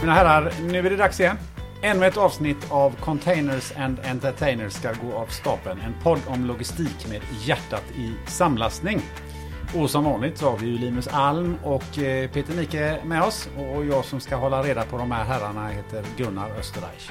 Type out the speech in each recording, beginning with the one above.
Mina herrar, nu är det dags igen. Ännu ett avsnitt av Containers and Entertainers ska gå av stapeln. En podd om logistik med hjärtat i samlastning. Och som vanligt så har vi ju Linus Alm och Peter Mike med oss. Och jag som ska hålla reda på de här herrarna heter Gunnar Österreich.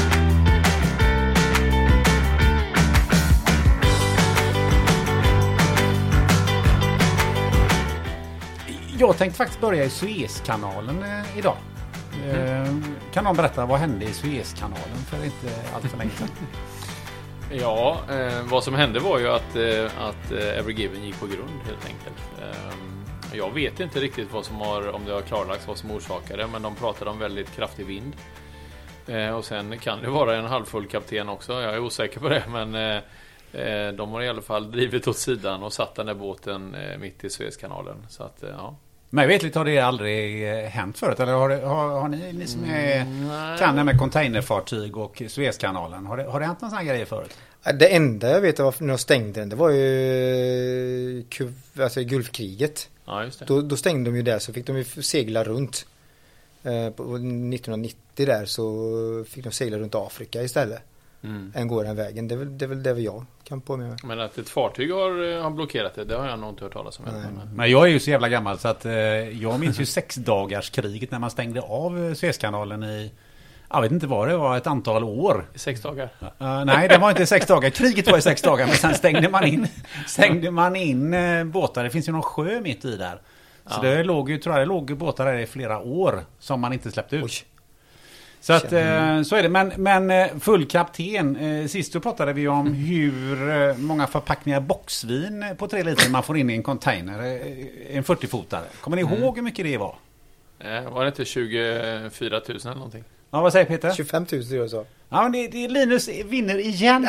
Jag tänkte faktiskt börja i Suezkanalen idag. Kan någon berätta vad hände i Suezkanalen för inte allt för länge sedan? Ja, vad som hände var ju att Ever Given gick på grund helt enkelt. Jag vet inte riktigt om det har klarlagts vad som orsakade, men de pratade om väldigt kraftig vind. Och sen kan det vara en halvfull kapten också, jag är osäker på det, men de har i alla fall drivit åt sidan och satt den där båten mitt i Suezkanalen. Så att, ja. Men jag vet lite, har det aldrig hänt förut? Eller har ni som kan det med containerfartyg och Suezkanalen, har det hänt någon sån här grej förut? Det enda jag vet var när de stängde den, det var ju Gulfkriget. Ja, just det. Då stängde de ju där, så fick de ju segla runt. På 1990 där så fick de segla runt Afrika istället. Än går den vägen. Det är väl det jag kan på med. Men att ett fartyg har blockerat det har jag nog inte hört talas om. Men jag är ju så jävla gammal så att jag minns ju 6 dagars kriget när man stängde av Suezkanalen i, jag vet inte vad det var, ett antal år. 6 dagar? Nej, det var inte 6 dagar. Kriget var i 6 dagar, men sen stängde man in båtar. Det finns ju någon sjö mitt i där. Så det låg båtar där i flera år som man inte släppte ut. Oj. Så att så är det, men full kapten, sist då pratade vi om hur många förpackningar boxvin på 3 liter man får in i en container, en 40-fotare. Kommer ni ihåg hur mycket det var? Var det inte 24 000 eller någonting? Ja, vad säger Peter? 25 000 jag sa. Ja, men det Linus vinner igen.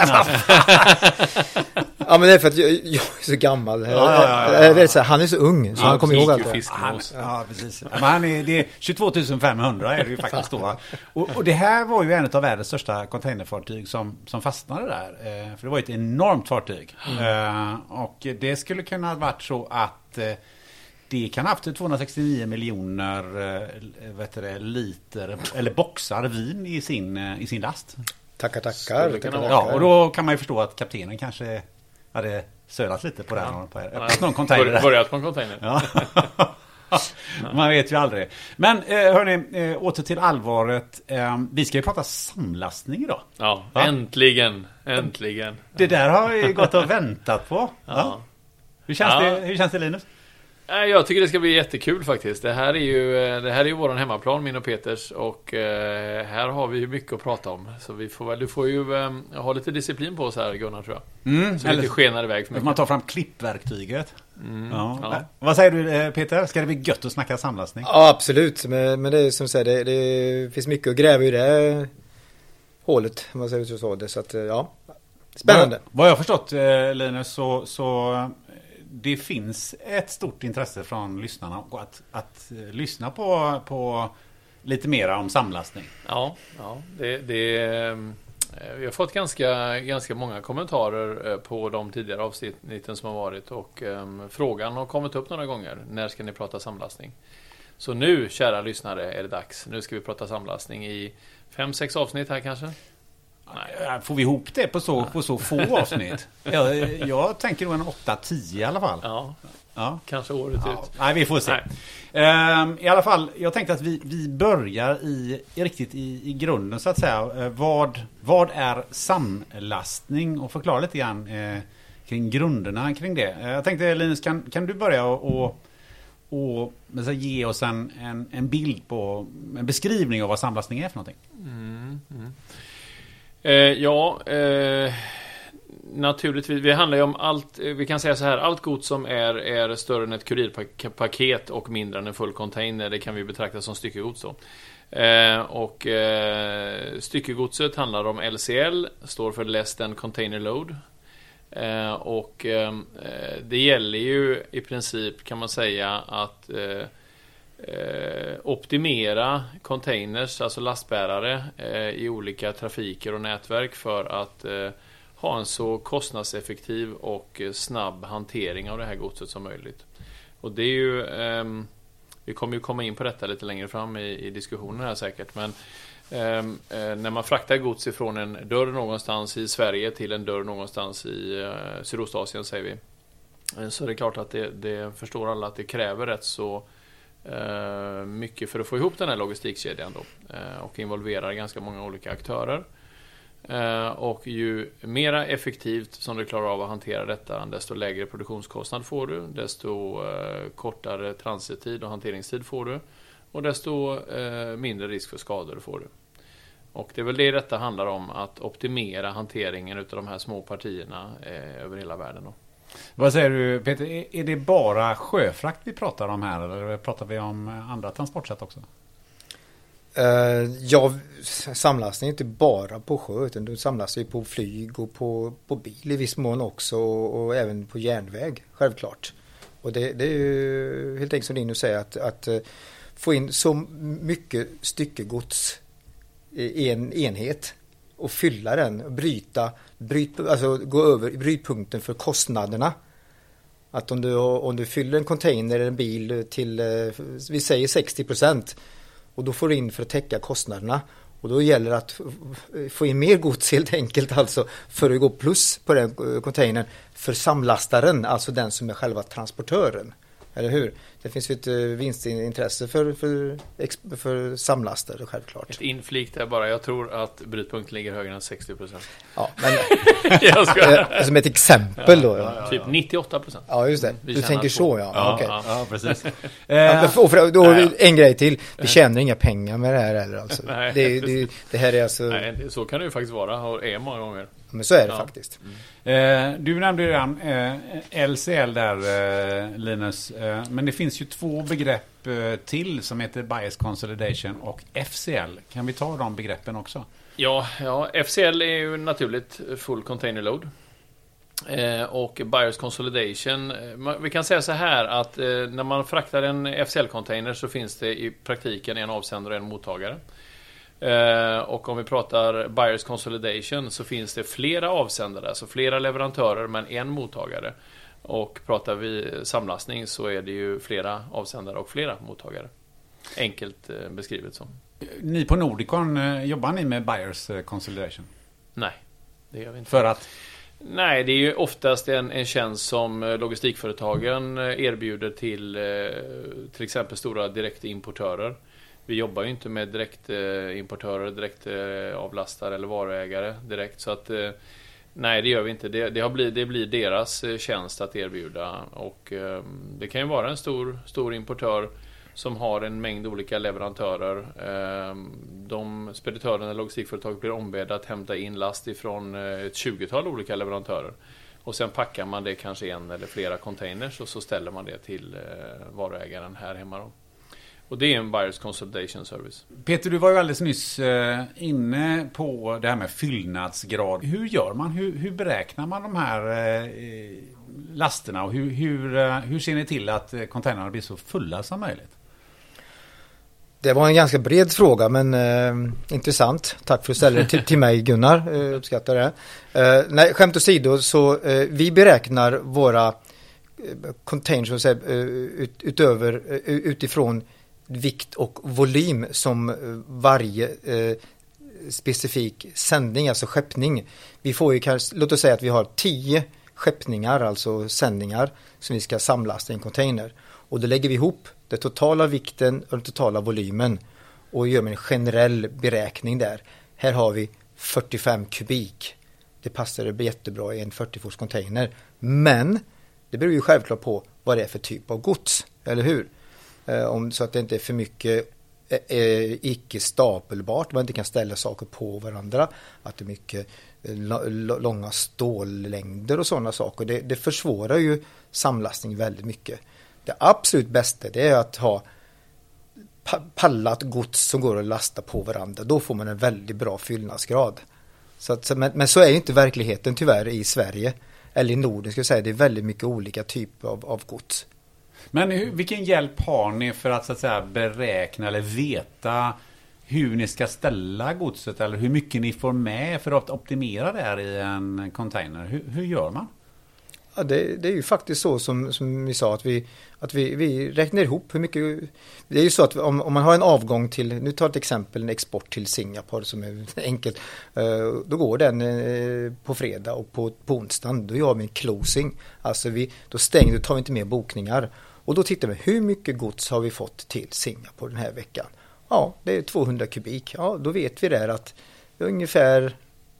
Ja, men det är för att jag är så gammal. Han är så ung, så han kommer ihåg allt det. Ja, precis. Men det är 22 500 är det ju faktiskt då. Och det här var ju en av världens största containerfartyg som fastnade där. För det var ett enormt fartyg. Och det skulle kunna ha varit så att det kan ha haft 269 miljoner liter eller boxar vin i sin last. Tackar. Ja, och då kan man ju förstå att kaptenen kanske hade sölat lite på den. Någon container. Börjat på en container. Ja. Man vet ju aldrig. Men hörni, åter till allvaret. Vi ska ju prata samlastning idag. Ja, äntligen. Det där har vi gått och väntat på. Ja. Hur känns det Linus? Jag tycker det ska bli jättekul faktiskt. Det här är ju våran hemmaplan, min och Peters, och här har vi ju mycket att prata om. Så du får ju ha lite disciplin på oss här, Gunnar, tror jag. Så vi inte skenar iväg för mycket. Man tar fram klippverktyget. Ja. Vad säger du, Peter? Ska det bli gött att snacka samlastning? Ja, absolut. Men det är som säger, det finns mycket att gräva i det hålet, om man säger så det. Så att, ja, spännande. Vad jag har förstått, Linus, så det finns ett stort intresse från lyssnarna att lyssna på lite mer om samlastning. Ja, vi har fått ganska många kommentarer på de tidigare avsnitten som har varit, och frågan har kommit upp några gånger: när ska ni prata samlastning? Så nu, kära lyssnare, är det dags. Nu ska vi prata samlastning i 5-6 avsnitt här kanske. Nej. Får vi ihop det på så få avsnitt? Jag tänker nog en 8-10 i alla fall. Ja. Kanske året ut. Nej, vi får se. I alla fall, jag tänkte att vi börjar riktigt i grunden så att säga. Vad är samlastning? Och förklara lite grann kring grunderna kring det. Jag tänkte, Linus, kan du börja och ge oss en bild på en beskrivning av vad samlastning är för någonting? Naturligtvis, det handlar ju om allt. Vi kan säga så här: allt gods som är större än ett kurirpaket och mindre än en full container, det kan vi betrakta som styckegods då. Styckegodset handlar om LCL, står för Less Than Container Load. Det gäller ju i princip, kan man säga, att optimera containers, alltså lastbärare, i olika trafiker och nätverk för att ha en så kostnadseffektiv och snabb hantering av det här godset som möjligt. Och det är ju Vi kommer ju komma in på detta lite längre fram i diskussionen här säkert, men när man fraktar gods ifrån en dörr någonstans i Sverige till en dörr någonstans i Sydostasien säger vi, så är det klart att det förstår alla att det kräver rätt så mycket för att få ihop den här logistikkedjan då, och involverar ganska många olika aktörer. Och ju mera effektivt som du klarar av att hantera detta, desto lägre produktionskostnad får du, desto kortare transittid och hanteringstid får du, och desto mindre risk för skador får du. Och det är väl det detta handlar om, att optimera hanteringen utav de här små partierna över hela världen då. Vad säger du, Peter? Är det bara sjöfrakt vi pratar om här, eller pratar vi om andra transportsätt också? Ja, samlas inte bara på sjö, utan du samlas ju på flyg och på bil i viss mån också, och även på järnväg, självklart. Och det är ju helt enkelt som du säger, att få in så mycket styckegods i en enhet och fylla den, alltså gå över brytpunkten för kostnaderna. Att om du fyller en container eller en bil till, vi säger 60%, och då får du in för att täcka kostnaderna. Och då gäller det att få in mer gods helt enkelt, alltså för att gå plus på den containern för samlastaren, alltså den som är själva transportören. Eller hur? Det finns ju ett vinstintresse för samlastare, självklart. Ett inflik där bara. Jag tror att brytpunkten ligger högre än 60%. Ja, men som ett exempel då. Ja. Typ 98%. Ja, just det. Du tänker så, ja. Okay. Ja, precis. Då en grej till. Vi tjänar inga pengar med det här heller. Alltså. Nej, det här är alltså... Nej, så kan det ju faktiskt vara, och är många gånger. Men så är det faktiskt. Du nämnde redan LCL där, Linus. Men det finns ju två begrepp till som heter Bias Consolidation och FCL. Kan vi ta de begreppen också? Ja, FCL är ju naturligt full container load. Och Bias Consolidation, vi kan säga så här att när man fraktar en FCL-container så finns det i praktiken en avsändare och en mottagare. Och om vi pratar Buyers Consolidation så finns det flera avsändare, alltså flera leverantörer men en mottagare. Och pratar vi samlastning så är det ju flera avsändare och flera mottagare. Enkelt beskrivet som. Ni på Nordicon, jobbar ni med Buyers Consolidation? Nej, det gör vi inte. För att? Nej, det är ju oftast en tjänst som logistikföretagen erbjuder till exempel stora direktimportörer. Vi jobbar ju inte med direktimportörer, direktavlastare eller varuägare direkt, så att nej, det gör vi inte. Det blir deras tjänst att erbjuda, och det kan ju vara en stor importör som har en mängd olika leverantörer. De speditörerna eller logistikföretaget blir ombedda att hämta in last ifrån ett 20-tal olika leverantörer. Och sen packar man det kanske en eller flera containers och så ställer man det till varuägaren här hemma då. Och det är en Buyers Consolidation Service. Peter, du var ju alldeles nyss inne på det här med fyllnadsgrad. Hur gör man? Hur beräknar man de här lasterna? Och hur ser ni till att containrarna blir så fulla som möjligt? Det var en ganska bred fråga, men intressant. Tack för att ställa det till mig, Gunnar. Uppskattar det. Nej, skämt åsido, så vi beräknar våra containers utifrån vikt och volym som varje specifik sändning, alltså skeppning. Vi får ju kanske, låt oss säga att vi har 10 skeppningar, alltså sändningar som vi ska samlasta i en container. Och då lägger vi ihop den totala vikten och den totala volymen och gör en generell beräkning där. Här har vi 45 kubik. Det passar, det blir jättebra i en 40-fots container. Men det beror ju självklart på vad det är för typ av gods, eller hur? Så att det inte är för mycket icke stapelbart, man inte kan ställa saker på varandra, att det är mycket långa stållängder och sådana saker. Det försvårar ju samlastning väldigt mycket. Det absolut bästa, det är att ha pallat gods som går att lasta på varandra. Då får man en väldigt bra fyllnadsgrad. Men så är ju inte verkligheten tyvärr i Sverige. Eller i Norden ska jag säga, det är väldigt mycket olika typer av gods. Men vilken hjälp har ni för att, så att säga, beräkna eller veta hur ni ska ställa godset, eller hur mycket ni får med för att optimera det här i en container? Hur gör man? Ja, det är ju faktiskt så som vi sa att vi räknar ihop hur mycket. Det är ju så att om man har en avgång till, nu tar ett exempel, en export till Singapore som är enkelt, då går den på fredag och på onsdagen då gör vi en closing. Alltså då tar vi inte mer bokningar och då tittar vi hur mycket gods har vi fått till Singapore den här veckan. Ja, det är 200 kubik. Ja, då vet vi där att det är ungefär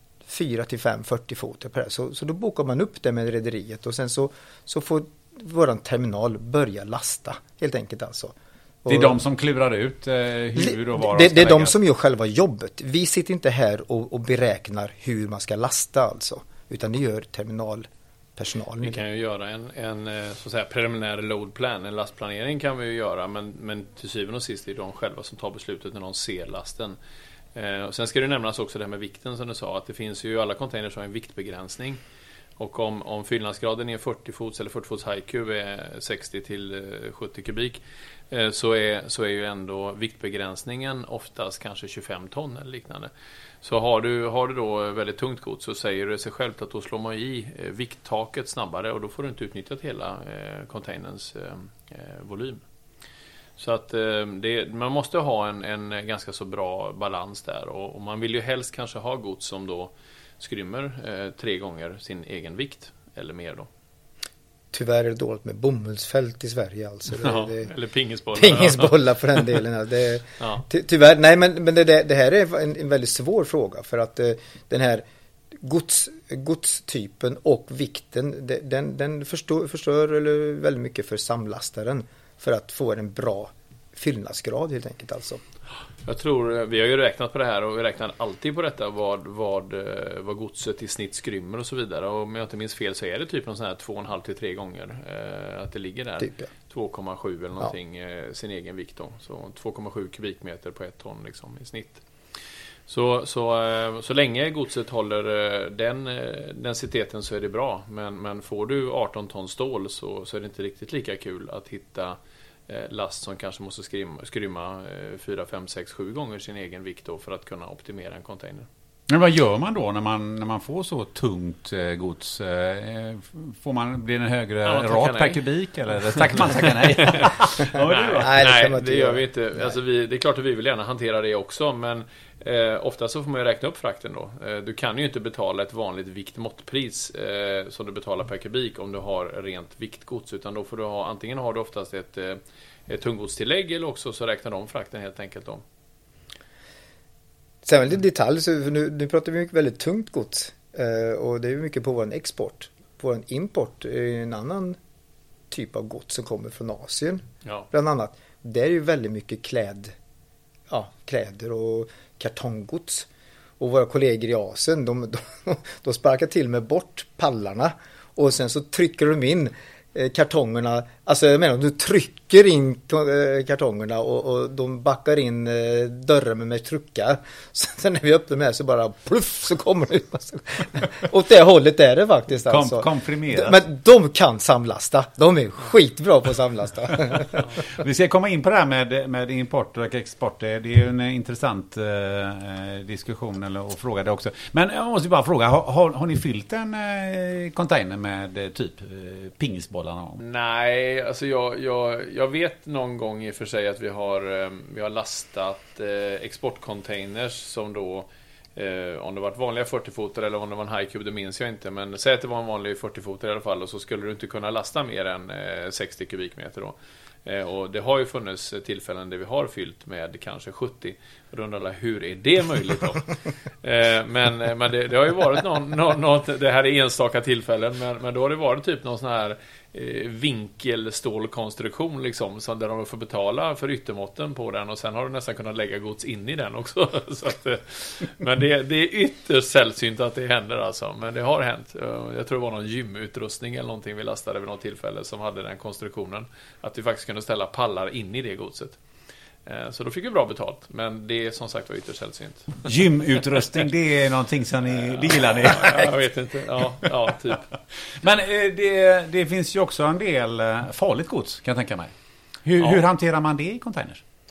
4-5-40 foter per. Så då bokar man upp det med rederiet och sen så får våran terminal börja lasta helt enkelt alltså. Det är de som klurar ut hur och var det är de som gör själva jobbet. Vi sitter inte här och beräknar hur man ska lasta alltså, utan det gör terminalpersonalen. Vi kan ju göra en så att säga preliminär loadplan, en lastplanering kan vi ju göra, men till syvende och sist är det de själva som tar beslutet när de ser lasten. Och sen ska det nämnas också det här med vikten som du sa, att det finns ju alla containers som har en viktbegränsning. Och om fyllnadsgraden i en 40 fots eller 40 fots high cube är 60 till 70 kubik så är ju ändå viktbegränsningen oftast kanske 25 ton eller liknande. Så har du då väldigt tungt gods så säger det sig självt att då slår man i vikttaket snabbare och då får du inte utnyttjat hela containerns volym. Så att man måste ha en ganska så bra balans där och man vill ju helst kanske ha gods som då skrymmer 3 gånger sin egen vikt eller mer då. Tyvärr är det dåligt med bomullsfält i Sverige alltså. Eller pingisbollar. Pingisbollar för den delen. Tyvärr, nej men det här är en väldigt svår fråga för att den här godstypen och vikten den förstör eller väldigt mycket för samlastaren för att få en bra fyllnadsgrad helt enkelt alltså. Jag tror, vi har ju räknat på det här och vi räknar alltid på detta vad godset i snitt skrymmer och så vidare. Och om jag inte minns fel så är det typ någon sån här 2,5-3 gånger att det ligger där. Typ, ja. 2,7 eller någonting sin egen vikt då. Så 2,7 kubikmeter på 1 ton liksom i snitt. Så länge godset håller den densiteten så är det bra. Men får du 18 ton stål så är det inte riktigt lika kul att hitta last som kanske måste skrymma 4, 5, 6, 7 gånger sin egen vikt då för att kunna optimera en container. Men vad gör man då när man får så tungt gods? Blir det en högre rat per kubik? Eller man tackar nej? Nej, det gör vi inte. Alltså det är klart att vi vill gärna hantera det också, men ofta så får man ju räkna upp frakten då. Du kan ju inte betala ett vanligt viktmåttpris som du betalar per kubik om du har rent viktgods, utan då får du ha, antingen har du oftast ett tunggodstillägg eller också så räknar de frakten helt enkelt om. Sen väl i detalj, så nu pratar vi mycket väldigt tungt gods och det är mycket på vår export. På vår import är en annan typ av gods som kommer från Asien. Ja. Bland annat. Det är ju väldigt mycket kläder och kartonggods. Och våra kollegor i Asien, de sparkar till med bort pallarna och sen så trycker de in kartongerna, alltså jag menar, du trycker in kartongerna och de backar in dörren med truckar. Sen när vi öppnar med så bara pluff så kommer det ut. Åt det hållet är det faktiskt alltså. Komprimerat. Men de kan samlasta. De är skitbra på att samlasta. Vi ska komma in på det här med import och export. Det är ju en intressant diskussion och fråga det också. Men jag måste bara fråga, har ni fyllt en container med typ pingisbollar? Nej, alltså jag vet någon gång i och för sig att vi har lastat exportcontainers som då om det var vanliga 40-foter eller om det var en high cube, det minns jag inte, men säg att det var en vanlig 40-foter i alla fall, och så skulle du inte kunna lasta mer än 60 kubikmeter då. Och det har ju funnits tillfällen där vi har fyllt med kanske 70. Och då undrar alla, hur är det möjligt då? Men det har ju varit något, det här är enstaka tillfällen, men då har det varit typ någon sån här vinkelstålkonstruktion liksom, så där de får betala för yttermåtten på den och sen har du nästan kunnat lägga gods in i den också. Så att, men det är ytterst sällsynt att det händer alltså, men det har hänt. Jag tror det var någon gymutrustning eller någonting vi lastade vid något tillfälle som hade den konstruktionen att vi faktiskt kunde ställa pallar in i det godset. Så då fick vi bra betalt, men det är som sagt var ytterst sällsynt. Gymutrustning, det är någonting som det gillar ni? Jag vet inte, ja typ. Men det finns ju också en del farligt gods, kan jag tänka mig. Hur hanterar man det i containers?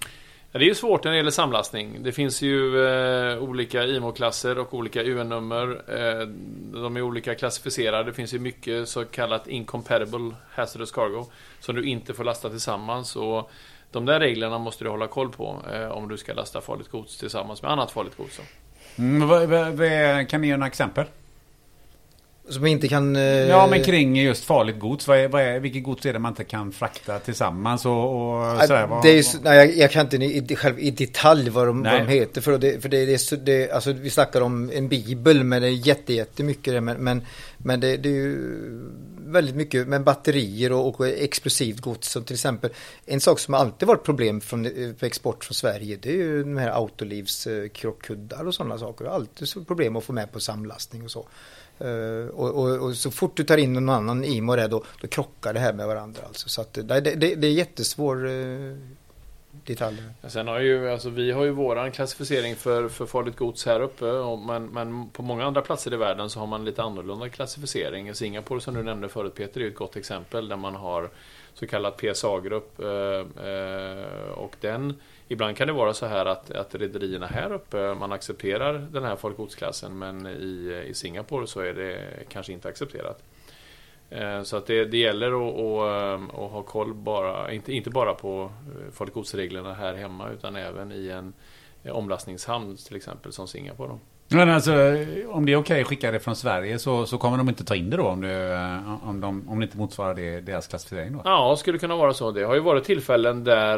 Det är ju svårt när det gäller samlastning. Det finns ju olika IMO-klasser och olika UN-nummer. De är olika klassificerade. Det finns ju mycket så kallat incompatible hazardous cargo som du inte får lasta tillsammans. Och de där reglerna måste du hålla koll på om du ska lasta farligt gods tillsammans med annat farligt gods. Kan ni ge några exempel? Som inte kan... Ja, men kring just farligt gods. Vilket gods är det man inte kan frakta tillsammans? Och sådär, det är jag kan inte själv i detalj vad de heter. För det alltså, vi snackar om en bibel, men det är jättemycket. Men det är ju väldigt mycket med batterier och explosivt gods. Som till exempel, en sak som alltid varit problem för export från Sverige, det är ju de här Autolivs krockkuddar och sådana saker. Det är alltid så problem att få med på samlastning och så. Och så fort du tar in någon annan IMO där, då krockar det här med varandra alltså. Så att det är jättesvår detaljer. Sen har ju, alltså, vi har ju våran klassificering för farligt gods här uppe, men på många andra platser i världen så har man lite annorlunda klassificering. Singapore, som du nämnde förut Peter, är ett gott exempel där man har så kallad PSA-grupp och ibland kan det vara så här att rederierna här uppe, man accepterar den här farligt godsklassen, men i Singapore så är det kanske inte accepterat. Så att det gäller att ha koll inte bara på farligt godsreglerna här hemma, utan även i en omlastningshamn till exempel som Singapore då. Men alltså, om det är okej att skicka det från Sverige så kommer de inte ta in det då om det inte motsvarar deras klassificering då? Ja, skulle kunna vara så. Det har ju varit tillfällen där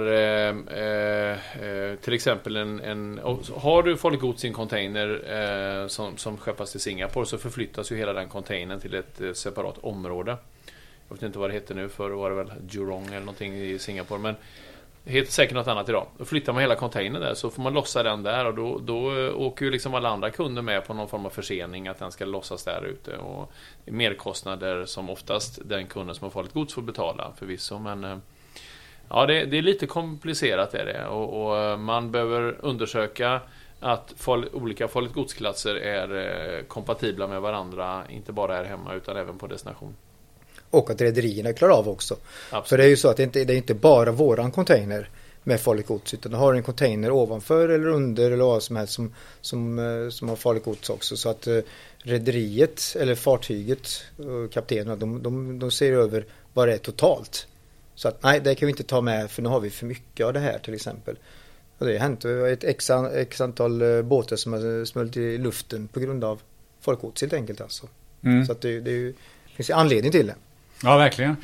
till exempel har du farligt gods i en container som skeppas till Singapore, så förflyttas ju hela den containern till ett separat område. Jag vet inte vad det heter nu, för var det väl Jurong eller någonting i Singapore, men heter säkert något annat idag. Då flyttar man hela containern där, så får man lossa den där, och då åker ju liksom alla andra kunder med på någon form av försening att den ska lossas där ute, och merkostnader som oftast den kunden som har farligt gods får betala förvisso, men ja, det är lite komplicerat är det, och man behöver undersöka att olika farligt godsklasser är kompatibla med varandra, inte bara här hemma utan även på destination. Och att rederierna klarar av också. Absolut. För det är ju så att det är inte bara våran container med farligt gods, utan du har en container ovanför eller under eller vad som helst som har farligt gods också. Så att rederiet eller fartyget, kaptenerna, de ser över vad det är totalt. Så att nej, det kan vi inte ta med, för nu har vi för mycket av det här till exempel. Och det har hänt ett x antal båtar som har smält i luften på grund av farligt gods helt enkelt alltså. Så att det finns anledning till det. Ja, verkligen.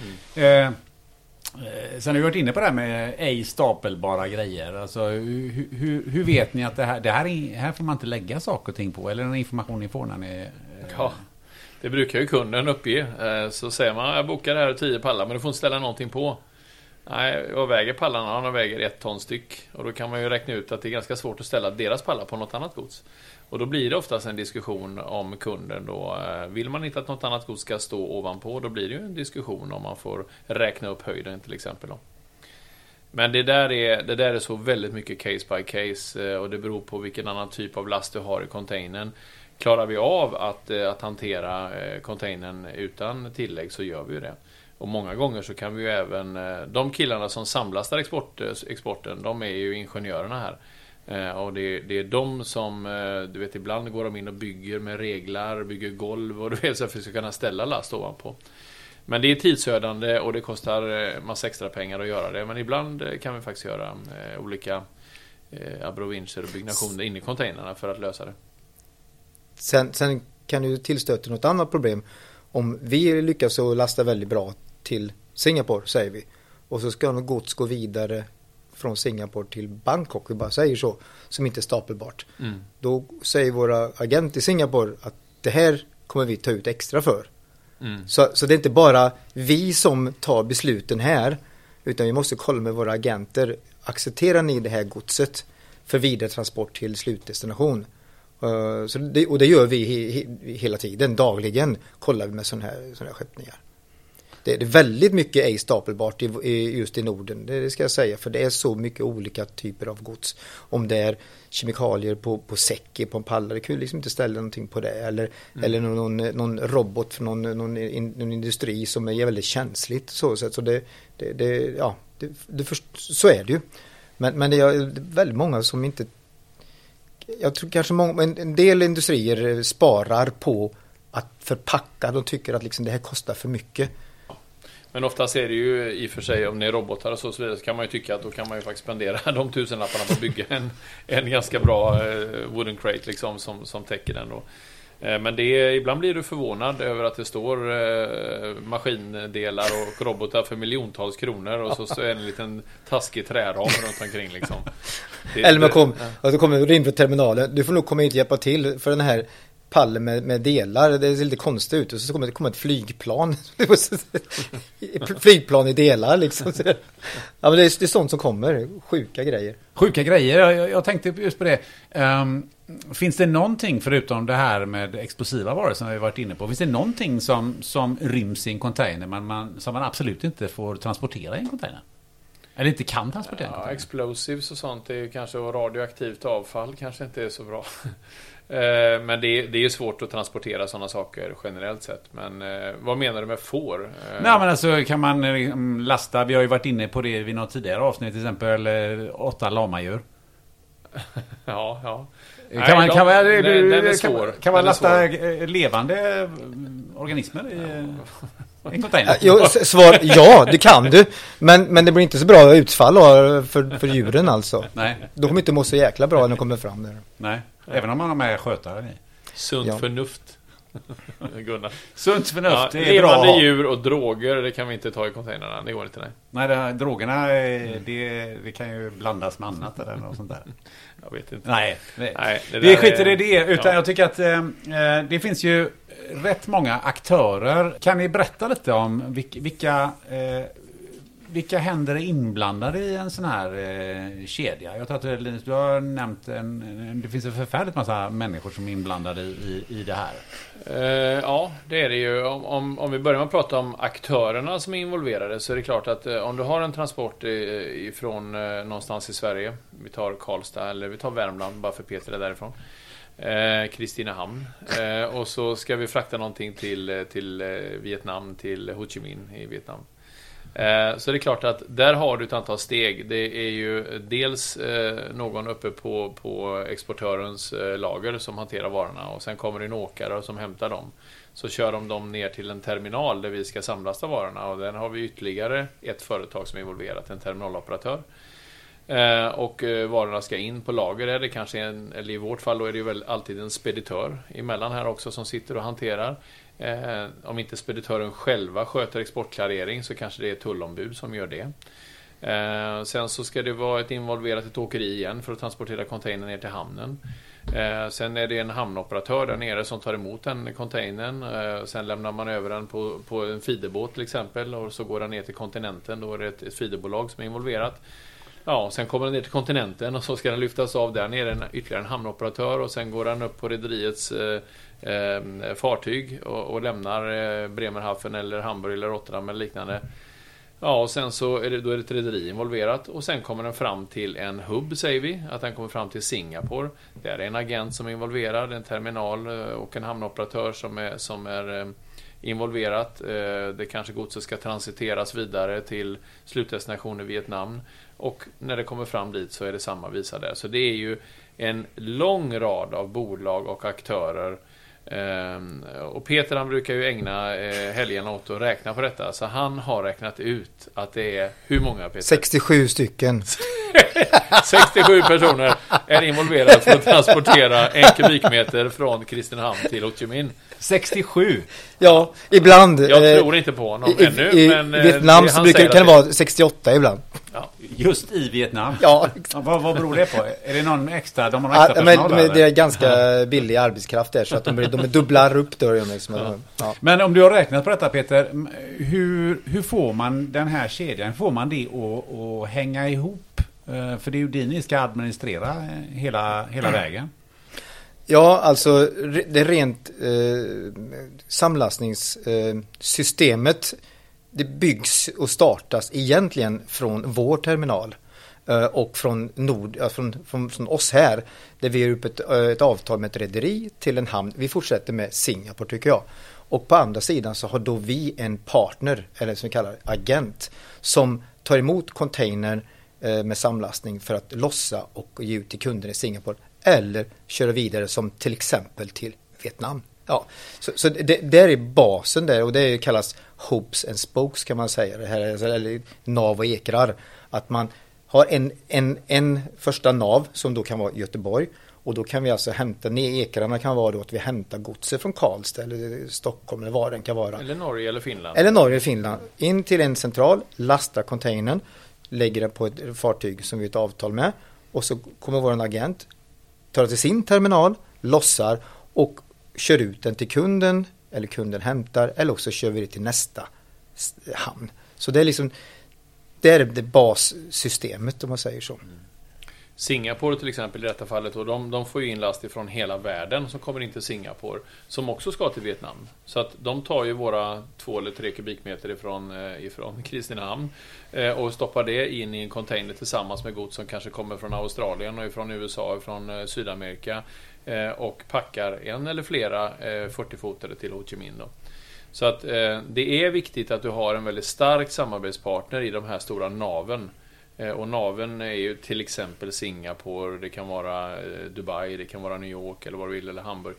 Sen har vi varit inne på det här med ej stapelbara grejer. Alltså, hur vet ni att det här får man inte lägga saker och ting på? Eller den information ni får när ni... Ja, det brukar ju kunden uppge. Så säger man, jag bokar det här 10 pallar, men du får inte ställa någonting på. Nej, vad väger pallarna? De väger 1 ton styck. Och då kan man ju räkna ut att det är ganska svårt att ställa deras pallar på något annat gods. Och då blir det oftast en diskussion om kunden då. Vill man inte att något annat gods ska stå ovanpå, då blir det ju en diskussion om man får räkna upp höjden till exempel då. Men det där är så väldigt mycket case by case, och det beror på vilken annan typ av last du har i containern. Klarar vi av att hantera containern utan tillägg, så gör vi ju det. Och många gånger så kan vi ju även, de killarna som samlastar exporten, de är ju ingenjörerna här. Och det är de som, du vet, ibland går de in och bygger med reglar, bygger golv och du vet, så att vi ska kunna ställa last ovanpå. Men det är tidsödande och det kostar massa extra pengar att göra det. Men ibland kan vi faktiskt göra olika abrovincher och byggnationer in i containrarna för att lösa det. Sen kan du tillstöta något annat problem. Om vi lyckas att lasta väldigt bra till Singapore, säger vi, och så ska något gods gå vidare från Singapore till Bangkok, vi bara säger så, som inte är stapelbart. Då säger våra agent i Singapore att det här kommer vi ta ut extra för. Så det är inte bara vi som tar besluten här, utan vi måste kolla med våra agenter. Accepterar ni det här godset för vidare transport till slutdestination? Och det gör vi hela tiden, dagligen kollar vi med sådana här skeppningar. Det är väldigt mycket ej stapelbart just i Norden, det ska jag säga, för det är så mycket olika typer av gods. Om det är kemikalier på säck, på en pallare, det kan ju liksom inte ställa någonting på det, eller någon robot för någon industri som är väldigt känsligt så är det ju. Men det är väldigt många som inte... Jag tror kanske en del industrier sparar på att förpacka. De tycker att liksom det här kostar för mycket. Men oftast är det ju i och för sig, om det är robotar och så vidare, så kan man ju tycka att då kan man ju faktiskt spendera de 1000-lapparna på att bygga en ganska bra wooden crate liksom, som täcker den då. Men ibland blir du förvånad över att det står maskindelar och robotar för miljontals kronor och så är det en liten taskig träram runt omkring liksom. Eller man kommer in på terminalen. Du får nog komma hit och hjälpa till för den här pallen med delar. Det ser lite konstigt ut. Och så kommer det komma ett flygplan. Flygplan i delar liksom. Ja, men det är sånt som kommer. Sjuka grejer. Sjuka grejer. Jag tänkte just på det. Finns det någonting förutom det här med explosiva varor som vi har varit inne på? Finns det någonting som ryms i en container som man absolut inte får transportera i en container? Eller inte kan transportera i en container? Explosives och sånt är ju kanske, och radioaktivt avfall kanske inte är så bra. Men det är ju svårt att transportera sådana saker generellt sett. Men vad menar du med får? Nej, men alltså kan man lasta, vi har ju varit inne på det vid något tidigare avsnitt, till exempel 8 lamadjur. Ja. Kan man lasta levande organismer i en container? Svar ja, det kan du. Men det blir inte så bra utfall för djuren alltså. Nej. De kommer inte må så jäkla bra när de kommer fram där. Nej, även om man har med skötare i. Sunt förnuft. Gunnar. Sunt förnuft, det är levande bra. djur och droger, det kan vi inte ta i containrarna. Det går inte, nej. Nej, drogerna, det kan ju blandas med annat eller något sånt där. Jag vet inte. Nej, vi skiter i det. Utan jag tycker att det finns ju rätt många aktörer. Kan ni berätta lite om vilka händer är inblandade i en sån här kedja? Jag tror att Linus, du har nämnt det finns en förfärligt massa människor som är inblandade i det här. Ja, det är det ju. Om vi börjar med att prata om aktörerna som är involverade, så är det klart att om du har en transport ifrån någonstans i Sverige, vi tar Karlstad eller vi tar Värmland, bara för Peter är därifrån, Kristinehamn, och så ska vi frakta någonting till Vietnam, till Ho Chi Minh i Vietnam. Så det är klart att där har du ett antal steg. Det är ju dels någon uppe på exportörens lager som hanterar varorna, och sen kommer det en åkare som hämtar dem. Så kör de dem ner till en terminal där vi ska samlasta varorna, och där har vi ytterligare ett företag som är involverat, en terminaloperatör. Och varorna ska in på lager. Är det kanske eller i vårt fall då är det ju väl alltid en speditör emellan här också som sitter och hanterar. Om inte speditören själva sköter exportklarering så kanske det är tullombud som gör det. Sen så ska det vara ett åkeri igen för att transportera containern ner till hamnen. Sen är det en hamnoperatör där nere som tar emot den containern. Sen lämnar man över den på en feederbåt till exempel, och så går den ner till kontinenten. Då är det ett feederbolag som är involverat. Ja, sen kommer den ner till kontinenten och så ska den lyftas av där nere, ytterligare en hamnoperatör, och sen går den upp på rederiets fartyg och lämnar Bremerhaven eller Hamburg eller Rotterdam eller liknande. Ja, och sen så är det ett rederi involverat, och sen kommer den fram till en hubb, säger vi, att den kommer fram till Singapore. Där är en agent som är involverad, en terminal och en hamnoperatör som är involverat. Det kanske godset ska transiteras vidare till slutdestinationen i Vietnam, och när det kommer fram dit så är det samma visa där. Så det är ju en lång rad av bolag och aktörer. Och Peter, han brukar ju ägna helgerna åt att räkna på detta, så han har räknat ut att det är, hur många, Peter? 67 stycken. 67 personer är involverade för att transportera 1 kubikmeter från Kristinehamn till Ho Chi Minh. 67? Ja, ibland. Jag tror inte på honom ännu. Men Vietnam så kan det vara 68 ibland. Ja. Just i Vietnam? Ja. Vad beror det på? Är det någon extra? De har någon extra personal men det är ganska billig arbetskraft där, så att de dubblar upp då. Liksom. Ja. Men om du har räknat på detta, Peter, hur får man den här kedjan? Får man det att hänga ihop? För det är ju det ni ska administrera hela vägen. Ja, alltså det rent samlastningssystemet, det byggs och startas egentligen från vår terminal och från från oss här, där vi är upp ett avtal med ett rederi till en hamn. Vi fortsätter med Singapore, tycker jag. Och på andra sidan så har då vi en partner, eller som vi kallar agent, som tar emot containern med samlastning för att lossa och ge ut till kunder i Singapore eller köra vidare som till exempel till Vietnam. Ja, så det är basen där, och det kallas hoops and spokes kan man säga, det här, eller nav och ekrar, att man har en första nav som då kan vara Göteborg, och då kan vi alltså hämta ner ekrarna, kan vara då att vi hämtar godset från Karlstad eller Stockholm eller vad den kan vara. Eller Norge eller Finland. Eller Norge eller Finland. In till en central, lastar containern, lägger den på ett fartyg som vi har ett avtal med, och så kommer vår agent, tar det till sin terminal, lossar och kör ut den till kunden, eller kunden hämtar, eller också kör vi det till nästa hamn. Så det är liksom, det är det bassystemet om man säger så. Singapore till exempel i detta fallet, och de får ju in last ifrån hela världen som kommer in till Singapore, som också ska till Vietnam. Så att de tar ju våra 2 eller 3 kubikmeter ifrån Kristinehamn och stoppar det in i en container tillsammans med gods som kanske kommer från Australien och ifrån USA och från Sydamerika, och packar en eller flera 40-fotare till Ho Chi Minh då. Så att det är viktigt att du har en väldigt stark samarbetspartner i de här stora naven. Och naven är ju till exempel Singapore, det kan vara Dubai, det kan vara New York eller vad du vill, eller Hamburg.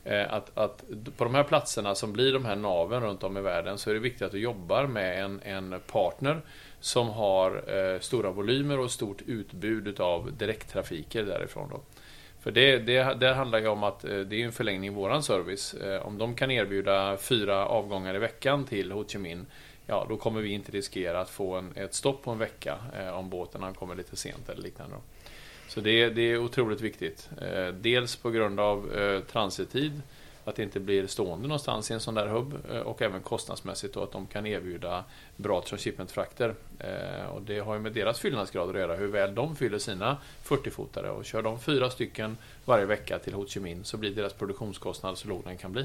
Att på de här platserna som blir de här naven runt om i världen, så är det viktigt att du jobbar med en partner som har stora volymer och stort utbud av direkttrafiker därifrån då. För det handlar ju om att det är en förlängning i våran service. Om de kan erbjuda 4 avgångar i veckan till Ho Chi Minh, ja, då kommer vi inte riskera att få ett stopp på en vecka om båtarna kommer lite sent eller liknande. Så det är otroligt viktigt. Dels på grund av transittid, att det inte blir stående någonstans i en sån där hubb, och även kostnadsmässigt då, att de kan erbjuda bra transshipment-frakter. Och det har ju med deras fyllnadsgrad att göra, hur väl de fyller sina 40-fotare, och kör de 4 stycken varje vecka till Ho Chi Minh, så blir deras produktionskostnad så låg den kan bli.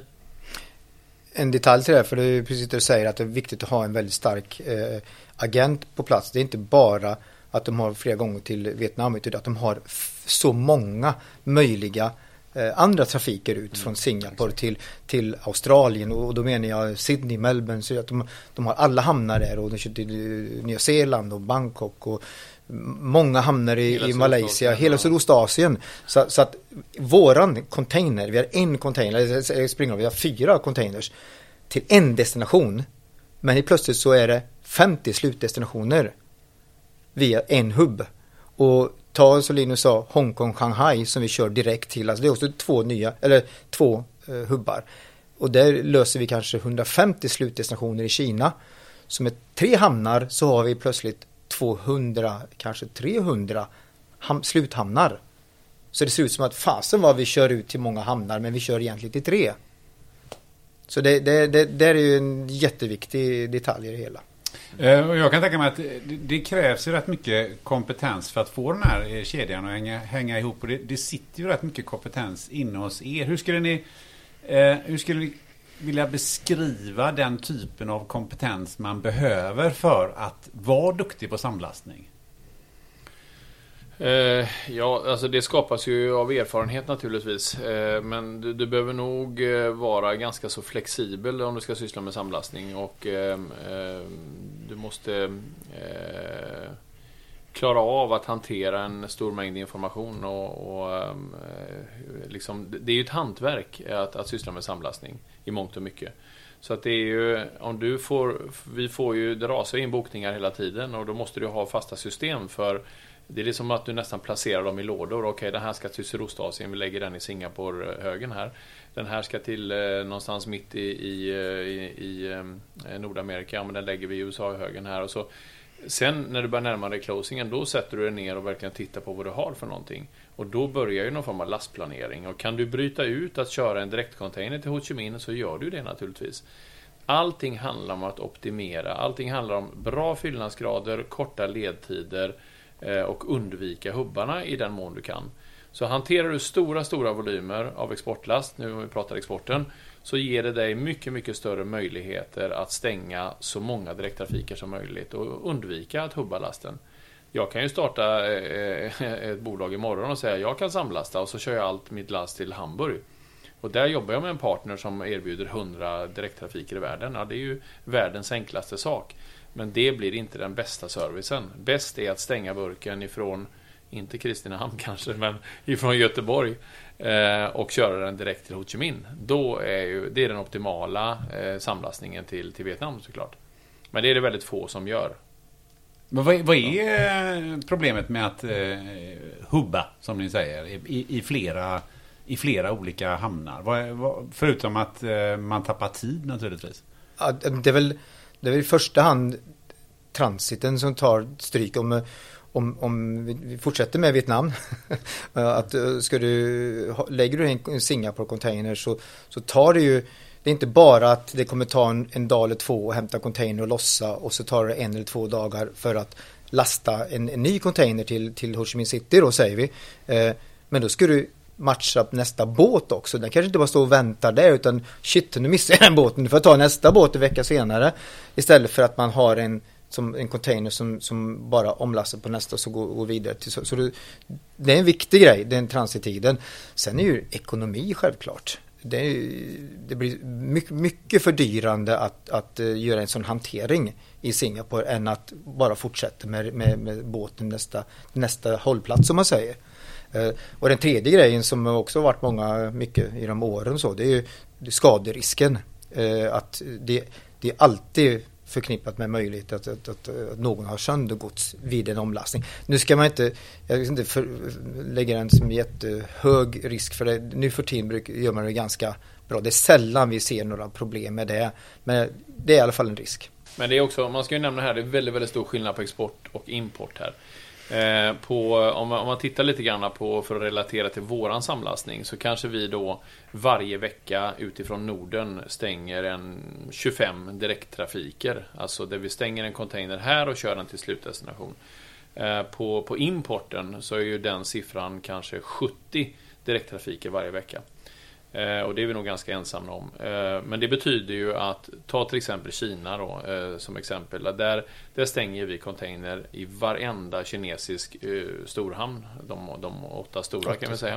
En detalj till det, för det är precis det du säger, att det är viktigt att ha en väldigt stark agent på plats. Det är inte bara att de har flera gånger till Vietnam, utan att de har så många möjliga andra trafiker ut från Singapore till Australien, och då menar jag Sydney, Melbourne, så att de har alla hamnar där, och de kör till Nya Zeeland och Bangkok och många hamnar i Malaysia, hela Sydostasien. Så att våran container, vi har en container, vi har 4 containers till en destination, men i plötsligt så är det 50 slutdestinationer via en hubb. Och ta, som Linus sa, Hongkong, Shanghai som vi kör direkt till, alltså det är också 2 hubbar. Och där löser vi kanske 150 slutdestinationer i Kina. Så med 3 hamnar så har vi plötsligt 200, kanske 300 sluthamnar. Så det ser ut som att fasen var vi kör ut till många hamnar, men vi kör egentligen till 3. Så det är ju en jätteviktig detalj i det hela. Jag kan tänka mig att det krävs ju rätt mycket kompetens för att få den här kedjan att hänga ihop, och det sitter ju rätt mycket kompetens inne hos er. Hur skulle ni vilja beskriva den typen av kompetens man behöver för att vara duktig på samlastning? Ja, alltså det skapas ju av erfarenhet naturligtvis, men du behöver nog vara ganska så flexibel om du ska syssla med samlastning, och du måste klara av att hantera en stor mängd information, och liksom, det är ju ett hantverk att syssla med samlastning i mångt och mycket. Så att det är ju, vi får ju, det rasar in bokningar hela tiden, och då måste du ha fasta system för. Det är liksom att du nästan placerar dem i lådor. Okej, den här ska till Sydostasien, vi lägger den i Singapore-högen här. Den här ska till någonstans mitt i Nordamerika, ja, men den lägger vi i USA-högen här. Och så. Sen när du börjar närma dig closingen, då sätter du dig ner och verkligen tittar på vad du har för någonting. Och då börjar ju någon form av lastplanering. Och kan du bryta ut att köra en direktcontainer till Ho Chi Minh, så gör du det naturligtvis. Allting handlar om att optimera. Allting handlar om bra fyllnadsgrader, korta ledtider och undvika hubbarna i den mån du kan. Så hanterar du stora volymer av exportlast, nu om vi pratar exporten, så ger det dig mycket, mycket större möjligheter att stänga så många direkttrafiker som möjligt och undvika att hubba lasten. Jag kan ju starta ett bolag imorgon och säga jag kan samlasta, och så kör jag allt mitt last till Hamburg. Och där jobbar jag med en partner som erbjuder 100 direkttrafiker i världen. Ja, det är ju världens enklaste sak. Men det blir inte den bästa servicen. Bäst är att stänga burken ifrån, inte Kristinehamn kanske, men ifrån Göteborg och köra den direkt till Ho Chi Minh. Då är det den optimala samlastningen till Vietnam såklart. Men det är det väldigt få som gör. Men vad är problemet med att hubba, som ni säger, i flera olika hamnar? Förutom att man tappar tid naturligtvis. Ja, det är väl i första hand transiten som tar stryk. Om vi fortsätter med Vietnam, att lägger du en Singapore-container så tar det ju, det är inte bara att det kommer ta en dag eller två och hämta container och lossa, och så tar det 1 eller 2 dagar för att lasta en ny container till Ho Chi Minh City då, säger vi. Men då ska du matcha nästa båt också. Den kanske inte bara står och väntar där, utan shit, nu missar jag den båten, nu får jag ta nästa båt en vecka senare, istället för att man har en container som bara omlastar på nästa och så går vidare till, så det är en viktig grej, den transittiden. Sen är ju ekonomi självklart. Det blir mycket fördyrande att göra en sån hantering i Singapore än att bara fortsätta med båten nästa hållplats, som man säger. Och den tredje grejen som också har varit mycket i de åren, så det är ju skaderisken. Att det är alltid förknippat med möjlighet att någon har söndergods vid en omlastning. Nu ska man inte, lägga den som jättehög risk, för det. Nu för tiden gör man det ganska bra. Det är sällan vi ser några problem med det, men det är i alla fall en risk. Men det är också, man ska ju nämna här, det är väldigt, väldigt stor skillnad på export och import här. Om man tittar lite grann på, för att relatera till våran samlastning, så kanske vi då varje vecka utifrån Norden stänger en 25 direkttrafiker, alltså där vi stänger en container här och kör den till slutdestination. På importen så är ju den siffran kanske 70 direkttrafiker varje vecka. Och det är vi nog ganska ensamma om. Men det betyder ju att, ta till exempel Kina då, som exempel. Där stänger vi container i varenda kinesisk storhamn. De 8 stora kan vi säga.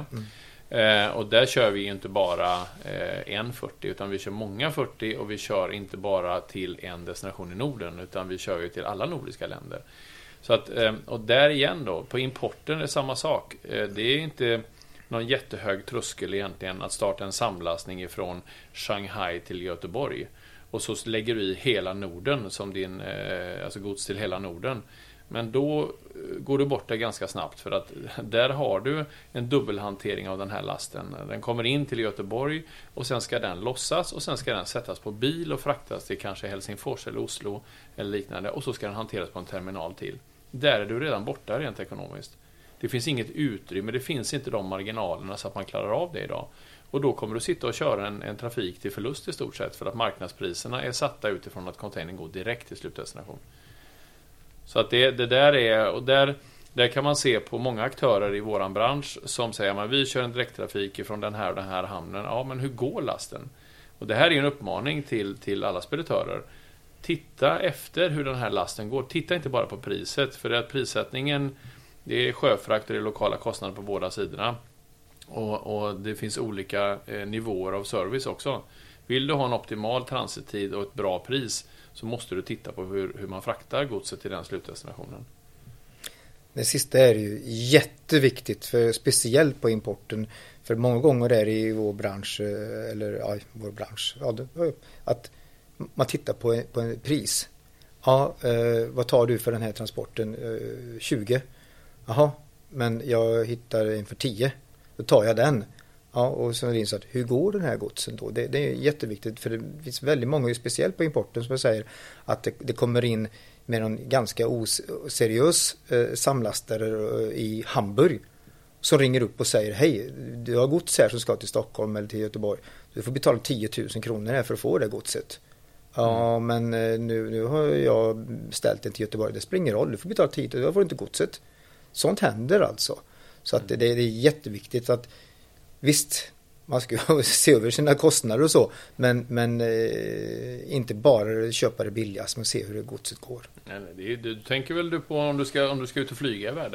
Och där kör vi inte bara en 40, utan vi kör många 40, och vi kör inte bara till en destination i Norden, utan vi kör ju till alla nordiska länder. Så att, och där igen då, på importen är samma sak. Det är inte någon jättehög tröskel egentligen att starta en samlastning ifrån Shanghai till Göteborg, och så lägger du i hela Norden som din, alltså gods till hela Norden. Men då går du bort det ganska snabbt, för att där har du en dubbelhantering av den här lasten. Den kommer in till Göteborg, och sen ska den lossas, och sen ska den sättas på bil och fraktas till kanske Helsingfors eller Oslo eller liknande, och så ska den hanteras på en terminal till. Där är du redan borta rent ekonomiskt. Det finns inget utrymme, det finns inte de marginalerna så att man klarar av det idag. Och då kommer du sitta och köra en trafik till förlust i stort sett, för att marknadspriserna är satta utifrån att containern går direkt till slutdestination. Så att det där är, och där kan man se på många aktörer i våran bransch som säger att vi kör en direkttrafik från den här hamnen. Ja, men hur går lasten? Och det här är en uppmaning till alla speditörer. Titta efter hur den här lasten går. Titta inte bara på priset, för att prissättningen, det är sjöfrakt och det är lokala kostnader på båda sidorna. Och det finns olika nivåer av service också. Vill du ha en optimal transittid och ett bra pris, så måste du titta på hur man fraktar godset till den slutdestinationen. Det sista är ju jätteviktigt, för speciellt på importen. För många gånger är det i vår bransch, att man tittar på en pris. Ja, vad tar du för den här transporten? 20. Jaha, men jag hittar en för 10. Då tar jag den. Ja, och så är det så att hur går den här godsen då? Det är jätteviktigt, för det finns väldigt många, speciellt på importen, som jag säger, att det kommer in med en ganska oseriös samlastare i Hamburg som ringer upp och säger: hej, du har gods här som ska till Stockholm eller till Göteborg. Du får betala 10 000 kronor här för att få det godset. Ja, men nu har jag ställt den till Göteborg. Det spelar ingen roll, du får betala 10 000, då får du inte godset. Sånt händer alltså. Så att det är jätteviktigt att, visst, man ska se över sina kostnader och så, men inte bara köpa det billigast, men se hur det godset går. Nej, du tänker väl på om du ska ut och flyga i världen.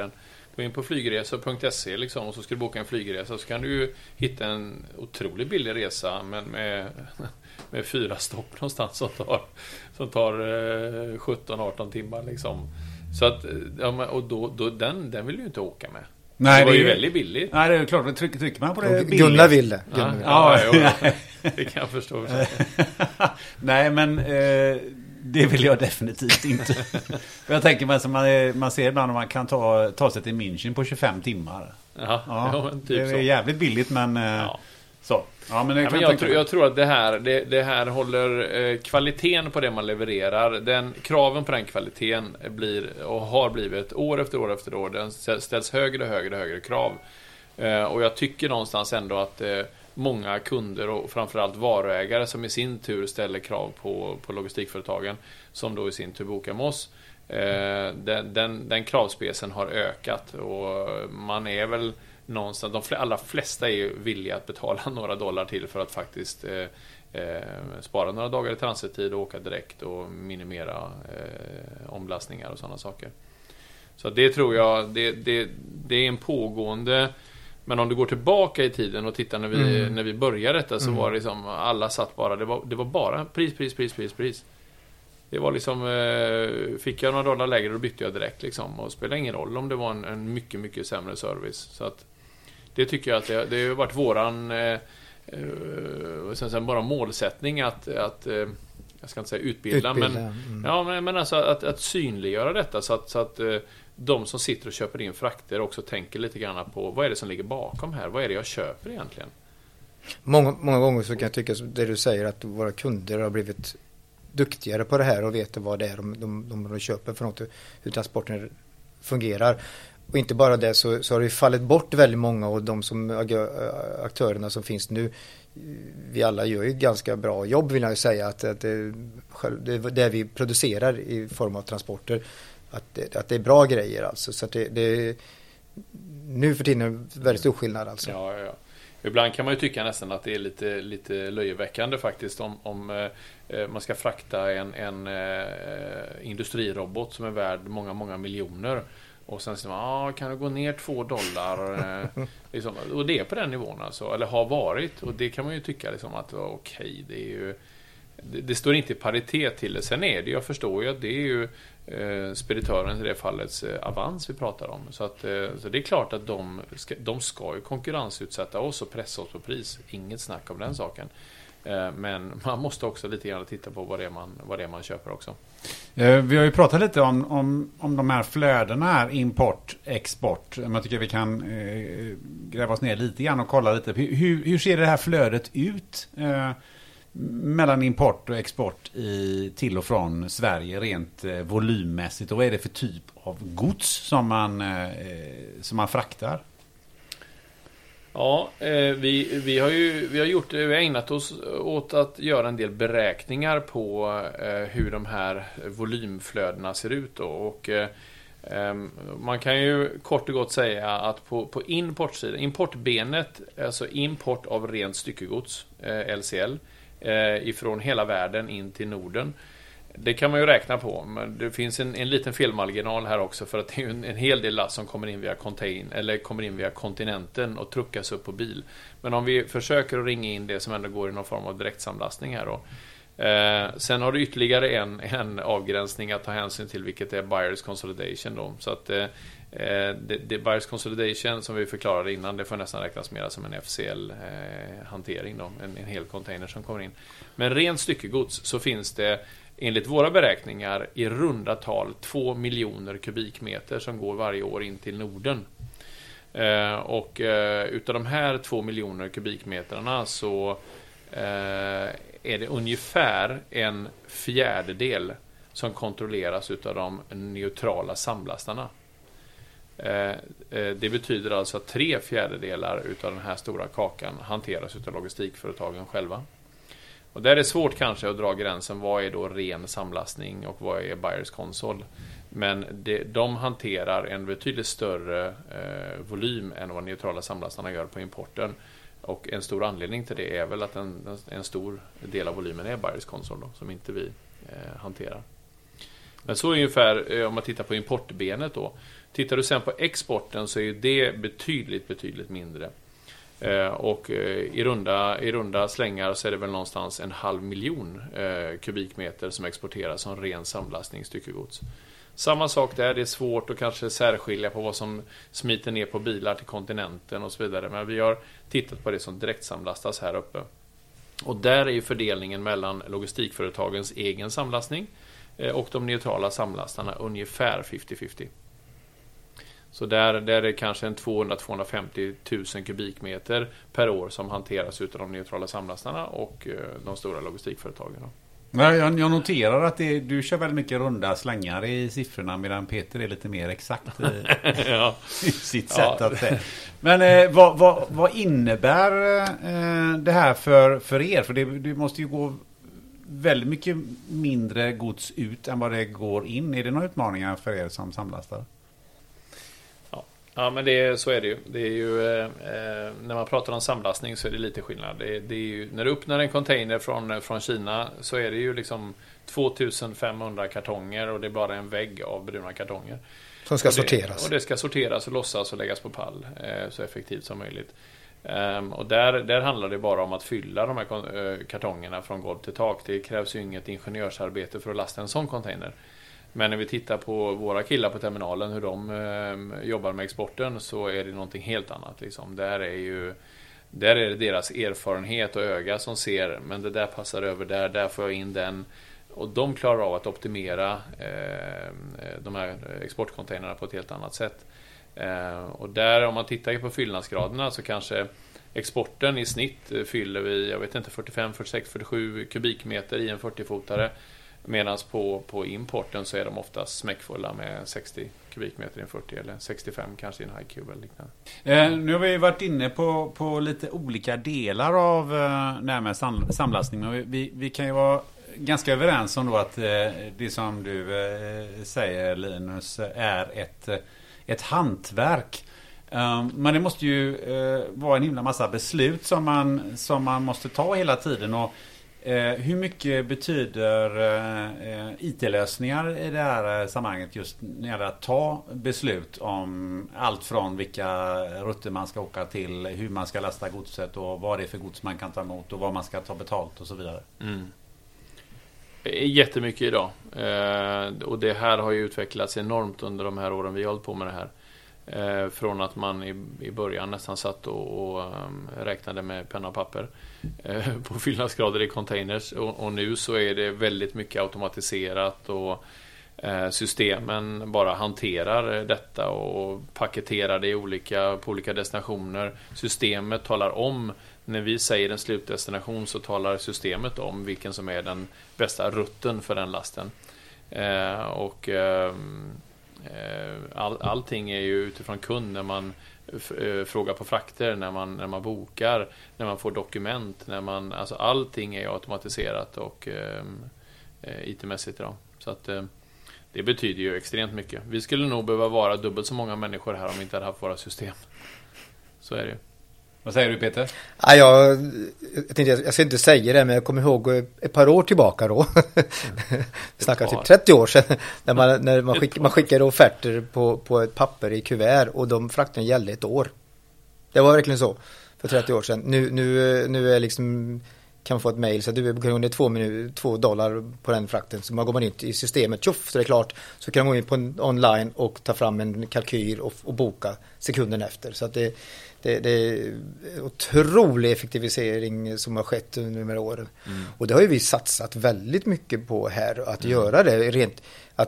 Gå in på flygresor.se liksom, och så ska du boka en flygresa, så kan du ju hitta en otroligt billig resa men med 4 stopp någonstans som tar 17-18 timmar liksom. Så att, och då den vill du ju inte åka med. Nej, det var ju väldigt billigt. Nej, det är klart, trycker man på det billigt. Gunnar vill det. Det kan jag förstå. Nej, men det vill jag definitivt inte. För jag tänker mig, man ser ibland att man kan ta sig till München på 25 timmar. Men typ det är så. Jävligt billigt, men så. Ja, men jag tror att det här håller kvaliteten på det man levererar. Kraven på den kvaliteten blir och har blivit år efter år efter år. Den ställs högre krav. Och jag tycker någonstans ändå att många kunder och framförallt varuägare som i sin tur ställer krav på logistikföretagen, som då i sin tur bokar med oss, den kravspecen har ökat, och man är väl någonstans, de allra flesta är ju villiga att betala några dollar till för att faktiskt spara några dagar i transittid och åka direkt och minimera omlastningar och sådana saker. Så det tror jag, det är en pågående. Men om du går tillbaka i tiden och tittar när vi började detta, så var det liksom, alla satt bara, det var bara pris. Det var liksom, fick jag några dollar lägre, då bytte jag direkt liksom, och spelar ingen roll om det var en mycket, mycket sämre service. Så att det tycker jag att det har varit våran sen bara målsättning att jag ska inte säga utbilda. Men alltså att synliggöra detta, så att de som sitter och köper in frakter också tänker lite grann på vad är det som ligger bakom här, vad är det jag köper egentligen. Många gånger så kan jag tycka det du säger, att våra kunder har blivit duktigare på det här och vet vad det är de köper för något, hur transporten fungerar. Och inte bara det, så har det fallit bort väldigt många, och de aktörerna som finns nu, vi alla gör ju ganska bra jobb, vill jag säga, att det vi producerar i form av transporter, att det är bra grejer alltså, så att det nu för tiden är väldigt stor skillnad alltså. Ja. Ibland kan man ju tycka nästan att det är lite löjeväckande faktiskt om man ska frakta en industrirobot som är värd många miljoner, och sen säger man, kan du gå ner $2 liksom, och det är på den nivån alltså, eller har varit, och det kan man ju tycka liksom att okej, det är ju, det står inte i paritet till det. Sen är det, jag förstår ju att det är ju speditören i det fallets Avans vi pratar om, så det är klart att de ska ju konkurrensutsätta oss och pressa oss på pris, inget snack om den saken. Men man måste också lite grann titta på vad det är man köper också. Vi har ju pratat lite om de här flödena här, import, export. Jag tycker vi kan gräva oss ner lite grann och kolla lite. Hur ser det här flödet ut mellan import och export till och från Sverige rent volymmässigt? Och vad är det för typ av gods som man fraktar? Ja, vi har ägnat oss åt att göra en del beräkningar på hur de här volymflödena ser ut då. Och man kan ju kort och gott säga att på importsidan, importbenet, alltså import av rent styckegods, LCL, ifrån hela världen in till Norden, det kan man ju räkna på, men det finns en liten felmarginal här också, för att det är en hel del last som kommer in via kommer in via kontinenten och truckas upp på bil. Men om vi försöker att ringa in det som ändå går i någon form av direktsamlastning här då. Sen har du ytterligare en avgränsning att ta hänsyn till, vilket är buyers consolidation då. Så att det buyers consolidation som vi förklarade innan, det får nästan räknas mer som en FCL-hantering då, en hel container som kommer in. Men rent styckegods så finns det enligt våra beräkningar i runda tal 2 miljoner kubikmeter som går varje år in till Norden. Och utav de här 2 miljoner kubikmeterna så är det ungefär 1/4 som kontrolleras utav de neutrala samlastarna. Det betyder alltså att 3/4 utav den här stora kakan hanteras utav logistikföretagen själva. Och där är det svårt kanske att dra gränsen, vad är då ren samlastning och vad är buyers console. Men de hanterar en betydligt större volym än vad neutrala samlastarna gör på importen. Och en stor anledning till det är väl att en stor del av volymen är buyers console då, som inte vi hanterar. Men så ungefär om man tittar på importbenet då. Tittar du sen på exporten så är det betydligt mindre. Och i runda slängar så är det väl någonstans 500 000 kubikmeter som exporteras som ren samlastning styckegods. Samma sak där, det är svårt att kanske särskilja på vad som smiter ner på bilar till kontinenten och så vidare. Men vi har tittat på det som direkt samlastas här uppe. Och där är ju fördelningen mellan logistikföretagens egen samlastning och de neutrala samlastarna ungefär 50-50. Så där är det kanske 200-250 000 kubikmeter per år som hanteras utav de neutrala samlastarna och de stora logistikföretagen. Jag noterar att du kör väldigt mycket runda slängar i siffrorna medan Peter är lite mer exakt i sitt sätt att säga. Men vad innebär det här för er? För det måste ju gå väldigt mycket mindre gods ut än vad det går in. Är det några utmaningar för er som samlastare? Ja, men så är det ju. Det är ju när man pratar om samlastning så är det lite skillnad. Det är ju, när du öppnar en container från Kina så är det ju liksom 2500 kartonger och det är bara en vägg av bruna kartonger. Som ska sorteras. Och det ska sorteras och lossas och läggas på pall så effektivt som möjligt. Och där handlar det bara om att fylla de här kartongerna från golv till tak. Det krävs ju inget ingenjörsarbete för att lasta en sån container. Men när vi tittar på våra killar på terminalen, hur de jobbar med exporten, så är det någonting helt annat. Liksom. Där är det deras erfarenhet och öga som ser, men det där passar över där får jag in den. Och de klarar av att optimera de här exportcontainerna på ett helt annat sätt. Och där, om man tittar på fyllnadsgraderna, så kanske exporten i snitt fyller vi, 45, 46, 47 kubikmeter i en 40-fotare. Medan på importen så är de oftast smäckfulla med 60 kubikmeter i en 40 eller 65 kanske i en high cube eller liknande. Nu har vi varit inne på lite olika delar av det här med samlastning. Men vi kan ju vara ganska överens om då att det som du säger, Linus, är ett hantverk. Men det måste ju vara en himla massa beslut som man måste ta hela tiden. Och hur mycket betyder IT-lösningar i det här sammanhanget just när det gäller att ta beslut om allt från vilka rutter man ska åka till, hur man ska lasta godset och vad det är för gods man kan ta emot och vad man ska ta betalt och så vidare? Jättemycket idag. Och det här har ju utvecklats enormt under de här åren vi har hållit på med det här. Från att man i början nästan satt och räknade med penna och papper på fyllnadsgrader i containers, och nu så är det väldigt mycket automatiserat och systemen bara hanterar detta och paketerar det på olika destinationer. Systemet talar om, när vi säger en slutdestination så talar systemet om vilken som är den bästa rutten för den lasten. Allting är ju utifrån kund, när man frågar på frakter, när man bokar, när man får dokument, alltså allting är automatiserat och IT-mässigt idag. Så att det betyder ju extremt mycket. Vi skulle nog behöva vara dubbelt så många människor här om vi inte hade haft våra system. Så är det ju. Vad säger du, Peter? Ja, jag ska inte säga det, men jag kommer ihåg ett par år tillbaka då. Vi snackar typ 30 år sedan. När man skickade offerter på ett papper i kuvert och de frakterna gällde ett år. Det var verkligen så för 30 år sedan. Nu är liksom, kan man få ett mejl så du är beroende $2 på den frakten. Så man går in i systemet, tjoff, så det är klart. Så kan man gå in på online och ta fram en kalkyl och boka sekunden efter. Så att det är otrolig effektivisering som har skett under de här åren. Och det har ju vi satsat väldigt mycket på här, att göra det rent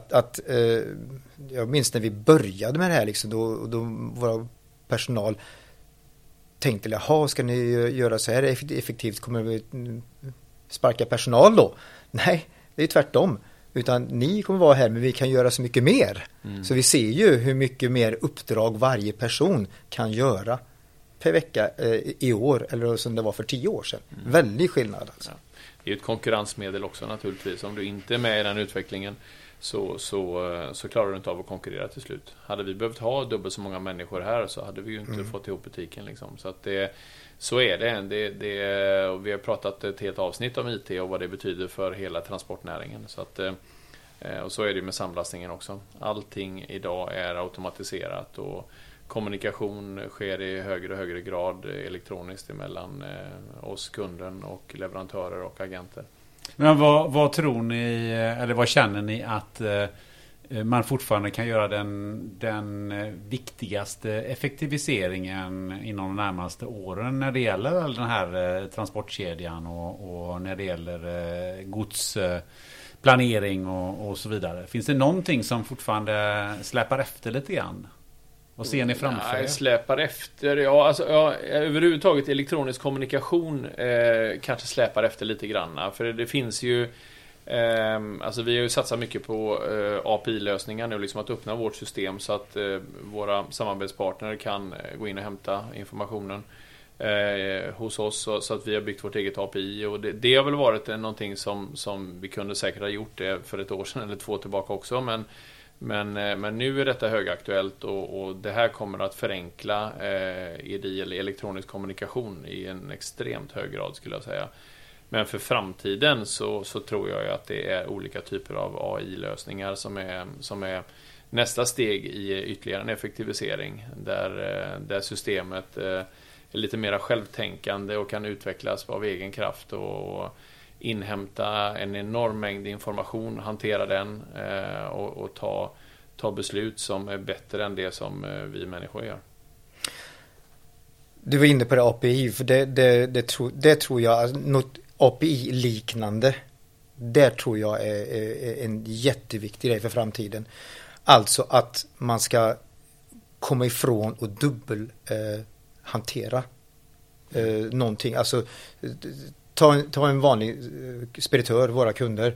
jag minns när vi började med det här liksom, då våra personal tänkte, jaha, ska ni göra så här effektivt, kommer vi sparka personal då? Nej, det är tvärtom. Utan ni kommer vara här, men vi kan göra så mycket mer. Så vi ser ju hur mycket mer uppdrag varje person kan göra per vecka i år, eller som det var för 10 år sedan. Väldigt skillnad alltså. Ja. Det är ju ett konkurrensmedel också naturligtvis. Om du inte är med i den utvecklingen så klarar du inte av att konkurrera till slut. Hade vi behövt ha dubbelt så många människor här så hade vi ju inte fått ihop butiken liksom. Så att så är det. Och vi har pratat ett helt avsnitt om IT och vad det betyder för hela transportnäringen. Så att Och så är det ju med samlastningen också. Allting idag är automatiserat och kommunikation sker i högre och högre grad elektroniskt emellan oss, kunden och leverantörer och agenter. Men vad tror ni, eller vad känner ni att man fortfarande kan göra den viktigaste effektiviseringen inom de närmaste åren när det gäller den här transportkedjan och när det gäller godsplanering och så vidare? Finns det någonting som fortfarande släpar efter lite grann? Vad ser ni framför er? Släpar efter? Överhuvudtaget elektronisk kommunikation kanske släpar efter lite grann. För det finns ju alltså vi har ju satsat mycket på API-lösningar nu, liksom att öppna vårt system så att våra samarbetspartner kan gå in och hämta informationen hos oss, så att vi har byggt vårt eget API, och det har väl varit någonting som vi kunde säkert ha gjort det för ett år sedan eller 2 tillbaka också, men nu är detta högaktuellt och det här kommer att förenkla elektronisk kommunikation i en extremt hög grad, skulle jag säga. Men för framtiden så tror jag att det är olika typer av AI-lösningar som är nästa steg i ytterligare en effektivisering, där systemet är lite mer självtänkande och kan utvecklas av egen kraft och inhämta en enorm mängd information, hantera den och ta beslut som är bättre än det som vi människor gör. Du var inne på det API, för det tror jag, något API-liknande, det tror jag är en jätteviktig grej för framtiden. Alltså att man ska komma ifrån och dubbelhantera någonting. Alltså ta en vanlig speditör, våra kunder.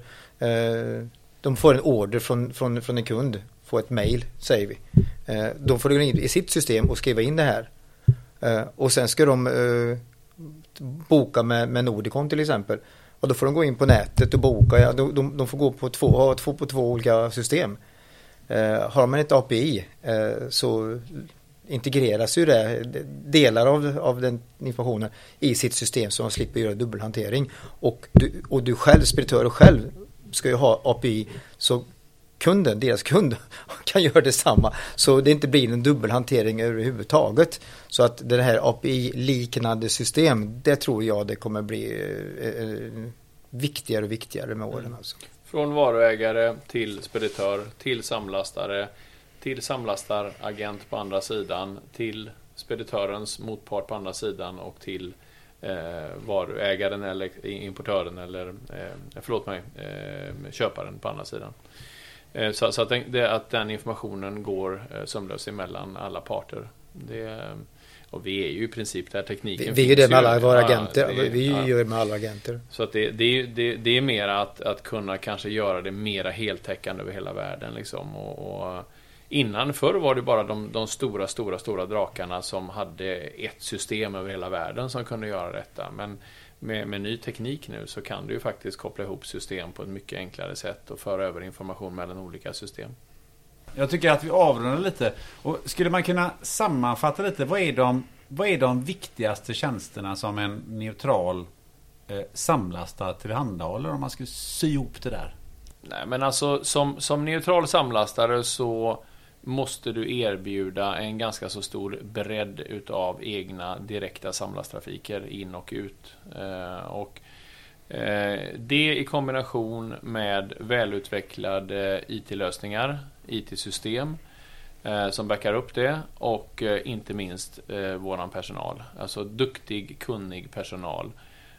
De får en order från en kund, får ett mail, säger vi. De får gå in i sitt system och skriva in det här. Och sen ska de boka med Nordicom till exempel. Och då får de gå in på nätet och boka. De får gå på två olika system. Har man ett API så integreras ju delar av den informationen i sitt system, så de slipper göra dubbelhantering. Och du själv, speditör och själv, ska ju ha API, så deras kund kan göra detsamma, så det inte blir en dubbelhantering överhuvudtaget. Så att det här API-liknande system, det tror jag det kommer bli viktigare och viktigare med åren. Alltså. Från varuägare till speditör, till samlastare, till samlastaragent på andra sidan, till speditörens motpart på andra sidan och till varuägaren eller importören eller köparen på andra sidan. Så att den informationen går sömlöst emellan alla parter. Och vi är ju i princip där tekniken vi är det med alla våra agenter. Vi gör med alla agenter. Så att det är mer att kunna kanske göra det mera heltäckande över hela världen liksom. Och innan förr var det bara de stora drakarna som hade ett system över hela världen som kunde göra detta. Men med ny teknik nu så kan du ju faktiskt koppla ihop system på ett mycket enklare sätt och föra över information mellan olika system. Jag tycker att vi avrundar lite. Och skulle man kunna sammanfatta lite, vad är de viktigaste tjänsterna som en neutral samlastare tillhandahåller, om man skulle sy ihop det där? Nej, men alltså som neutral samlastare så måste du erbjuda en ganska så stor bredd utav egna direkta samlasttrafiker in och ut. Det i kombination med välutvecklade IT-lösningar, IT-system som backar upp det, och inte minst våran personal. Alltså duktig, kunnig personal.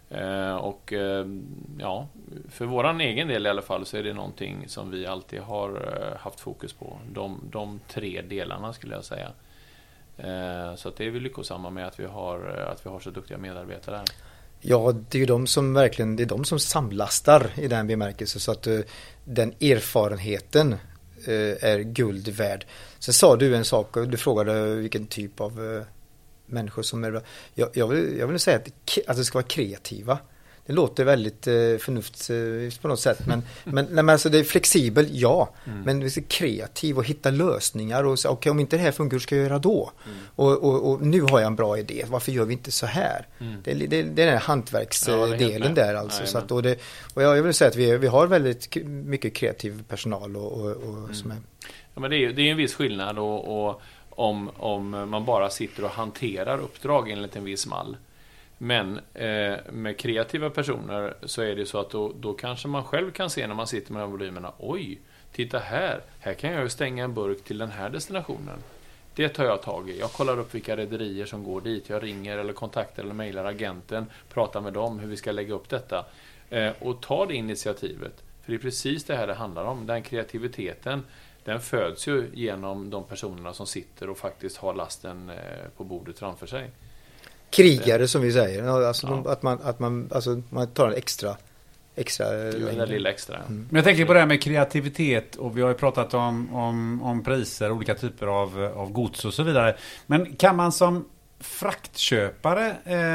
För våran egen del i alla fall så är det någonting som vi alltid har haft fokus på. De 3 delarna skulle jag säga. Så att det är vi lyckosamma med att vi har så duktiga medarbetare här. Ja, det är ju de som samlastar i den bemärkelsen, så att den erfarenheten är guld värd. Sen sa du en sak, du frågade vilken typ av människor som är. Jag vill säga att det ska vara kreativa. Det låter väldigt förnuftigt på något sätt. Men alltså det är flexibel, ja. Men vi är kreativ och hitta lösningar. Och så, okej, om inte det här funkar, hur ska jag göra då? Och nu har jag en bra idé. Varför gör vi inte så här? Det är den här hantverksdelen där alltså. Så att, och jag vill säga att vi har väldigt mycket kreativ personal och som är... Ja, men det är en viss skillnad och om man bara sitter och hanterar uppdrag enligt en viss mall. Men med kreativa personer så är det så att då kanske man själv kan se när man sitter med de volymerna, oj, titta här kan jag ju stänga en burk till den här destinationen. Det tar jag tag i. Jag kollar upp vilka rederier som går dit. Jag ringer eller kontaktar eller mejlar agenten, pratar med dem hur vi ska lägga upp detta. Och ta det initiativet. För det är precis det här det handlar om. Den kreativiteten, den föds ju genom de personerna som sitter och faktiskt har lasten på bordet framför sig. Krigare som vi säger, alltså att man tar en extra den lilla extra. Men jag tänker på det här med kreativitet, och vi har ju pratat om priser, olika typer av gods och så vidare. Men kan man som fraktköpare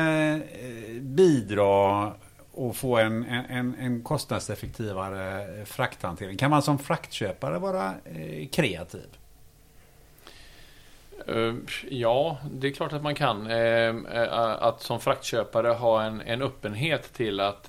bidra och få en kostnadseffektivare frakthantering? Kan man som fraktköpare vara kreativ? Ja, det är klart att man kan. Att som fraktköpare ha en öppenhet till att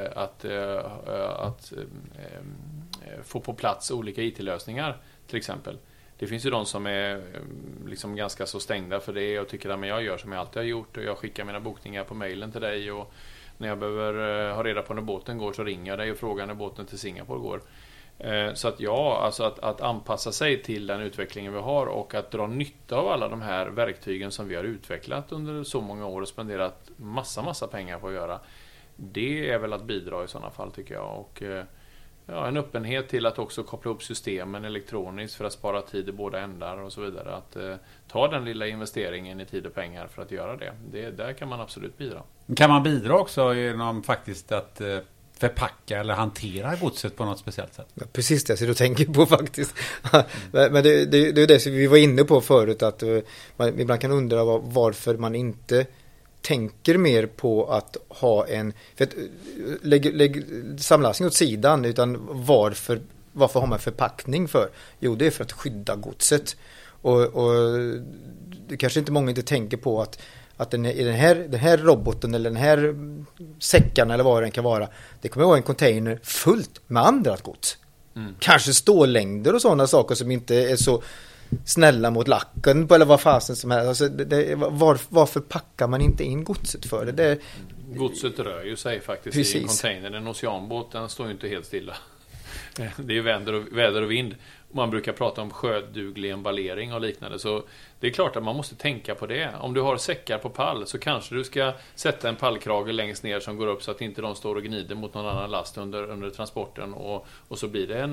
få på plats olika IT-lösningar till exempel. Det finns ju de som är liksom ganska så stängda för det och tycker att jag gör som jag alltid har gjort och jag skickar mina bokningar på mejlen till dig och när jag behöver ha reda på när båten går så ringer jag dig och frågar när båten till Singapore går. Så att alltså att anpassa sig till den utvecklingen vi har och att dra nytta av alla de här verktygen som vi har utvecklat under så många år och spenderat massa pengar på att göra. Det är väl att bidra i sådana fall tycker jag. Och en öppenhet till att också koppla upp systemen elektroniskt för att spara tid i båda ändar och så vidare. Att ta den lilla investeringen i tid och pengar för att göra det. Där kan man absolut bidra. Kan man bidra också genom faktiskt att förpacka eller hantera godset på något speciellt sätt? Ja, precis det så du tänker på faktiskt. Men det är det som vi var inne på förut, att man ibland kan undra varför man inte tänker mer på att ha en... För att, lägg samlastning åt sidan, utan varför har man förpackning för? Jo, det är för att skydda godset. Och det kanske inte många inte tänker på att den här roboten eller den här säckan eller vad den kan vara, det kommer att vara en container fullt med andra gods. Kanske stålängder och sådana saker som inte är så snälla mot lacken eller vad fasen som helst. Alltså varför packar man inte in godset för det? Godset rör ju sig faktiskt i en container. En oceanbåt, den står ju inte helt stilla. Det är ju väder och vind. Man brukar prata om sjöduglig emballering och liknande. Så det är klart att man måste tänka på det. Om du har säckar på pall så kanske du ska sätta en pallkrage längst ner som går upp så att inte de står och gnider mot någon annan last under transporten. Och så blir det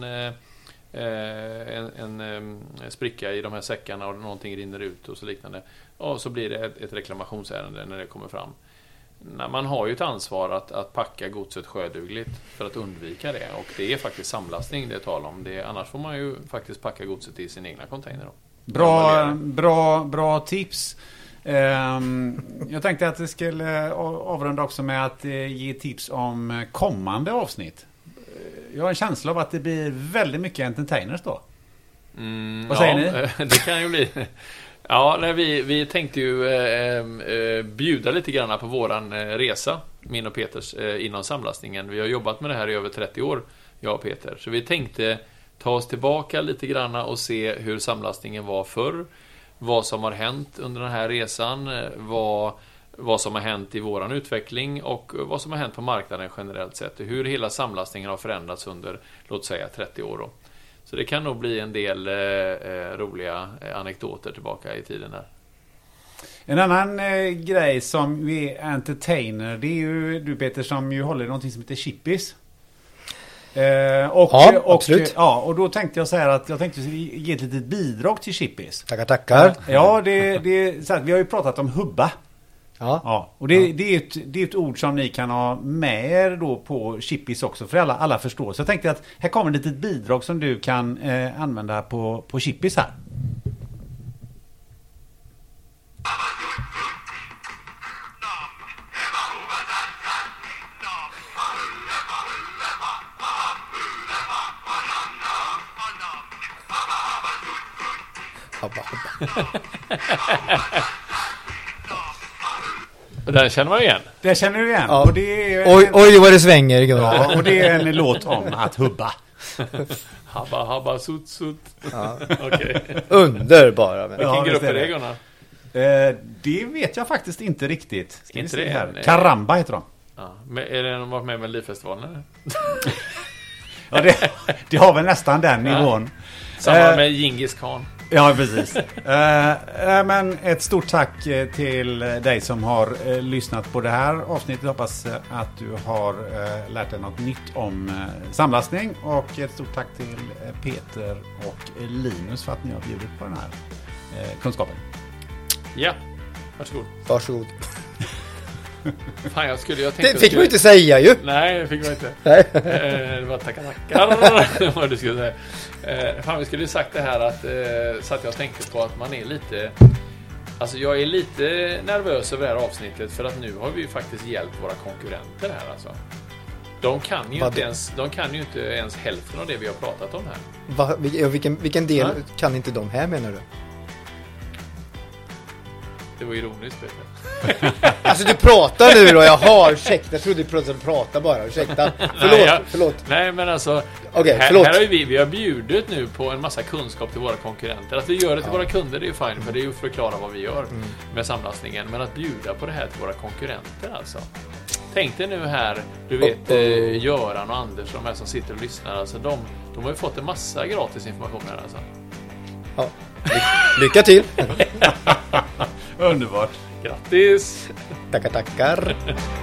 en spricka i de här säckarna och någonting rinner ut och så liknande. Och så blir det ett reklamationsärende när det kommer fram. Man har ju ett ansvar att packa godset sjödugligt för att undvika det. Och det är faktiskt samlastning det talar om. Annars får man ju faktiskt packa godset i sin egna container. Bra tips. Jag tänkte att vi skulle avrunda också med att ge tips om kommande avsnitt. Jag har en känsla av att det blir väldigt mycket entertainers då. Vad säger ni? Det kan ju bli... Ja, vi tänkte ju bjuda lite grann på våran resa, min och Peters, inom samlastningen. Vi har jobbat med det här i över 30 år, jag och Peter. Så vi tänkte ta oss tillbaka lite grann och se hur samlastningen var förr. Vad som har hänt under den här resan, vad som har hänt i våran utveckling och vad som har hänt på marknaden generellt sett. Hur hela samlastningen har förändrats under, låt säga, 30 år då. Så det kan nog bli en del roliga anekdoter tillbaka i tiden där. En annan grej som vi entertainer, det är ju du Peter som ju håller någonting som heter Chippis. Absolut. Och då tänkte jag så här att jag tänkte ge ett litet bidrag till Chippis. Tackar. Ja, det är så här, vi har ju pratat om hubba. Ja. Och det är ett ord som ni kan ha med er då på Chippis också, för alla förstår. Så jag tänkte att här kommer ett litet bidrag som du kan använda på Chippis här. Habba. Den känner man igen. Det känner du igen. Ja. Och det är Oj vad det svänger, Gunnar. Ja, och det är en låt om att hubba. Habba, habba, sut, sut. Ja. Okej. Underbara. Men. Vilken grupp visst är det, Gunnar? Det vet jag faktiskt inte riktigt. Ska vi Inte se det? här. Nej. Karamba heter de. Ja. Men är det någon varit med Melodifestivalen eller? Ja, det har väl nästan den nivån. Samma med Genghis Khan. Ja, precis. Men ett stort tack till dig som har lyssnat på det här avsnittet. Hoppas att du har lärt dig något nytt om samlastning. Och ett stort tack till Peter och Linus för att ni har bjudit på den här kunskapen. Ja, varsågod. Varsågod. Fan, jag tänkte Det fick man inte säga ju. Nej, det fick man inte. Nej. Det var tackar. Vad du skulle säga. Fan, vi skulle ju sagt det här att satt jag och tänkte på att man är lite... Alltså jag är lite nervös över det här avsnittet för att nu har vi ju faktiskt hjälpt våra konkurrenter här alltså. De kan ju inte ens hälften av det vi har pratat om här. Vilken del kan inte de här, menar du? Det var ironiskt, Peter. Alltså du pratar nu då, jaha, ursäkta. Jag trodde du pratade bara, ursäkta. Förlåt. Nej, men alltså Okej, här förlåt. har ju vi har bjudit nu på en massa kunskap till våra konkurrenter. Att vi gör det till våra kunder, det är ju fine, för det är ju för att förklara vad vi gör med samlastningen. Men att bjuda på det här till våra konkurrenter alltså. Tänk dig nu här, du vet Göran och Anders, de här som sitter och lyssnar, alltså de har ju fått en massa gratis information här alltså. Ja. Lycka till. Underbart. Grattis! Tackar.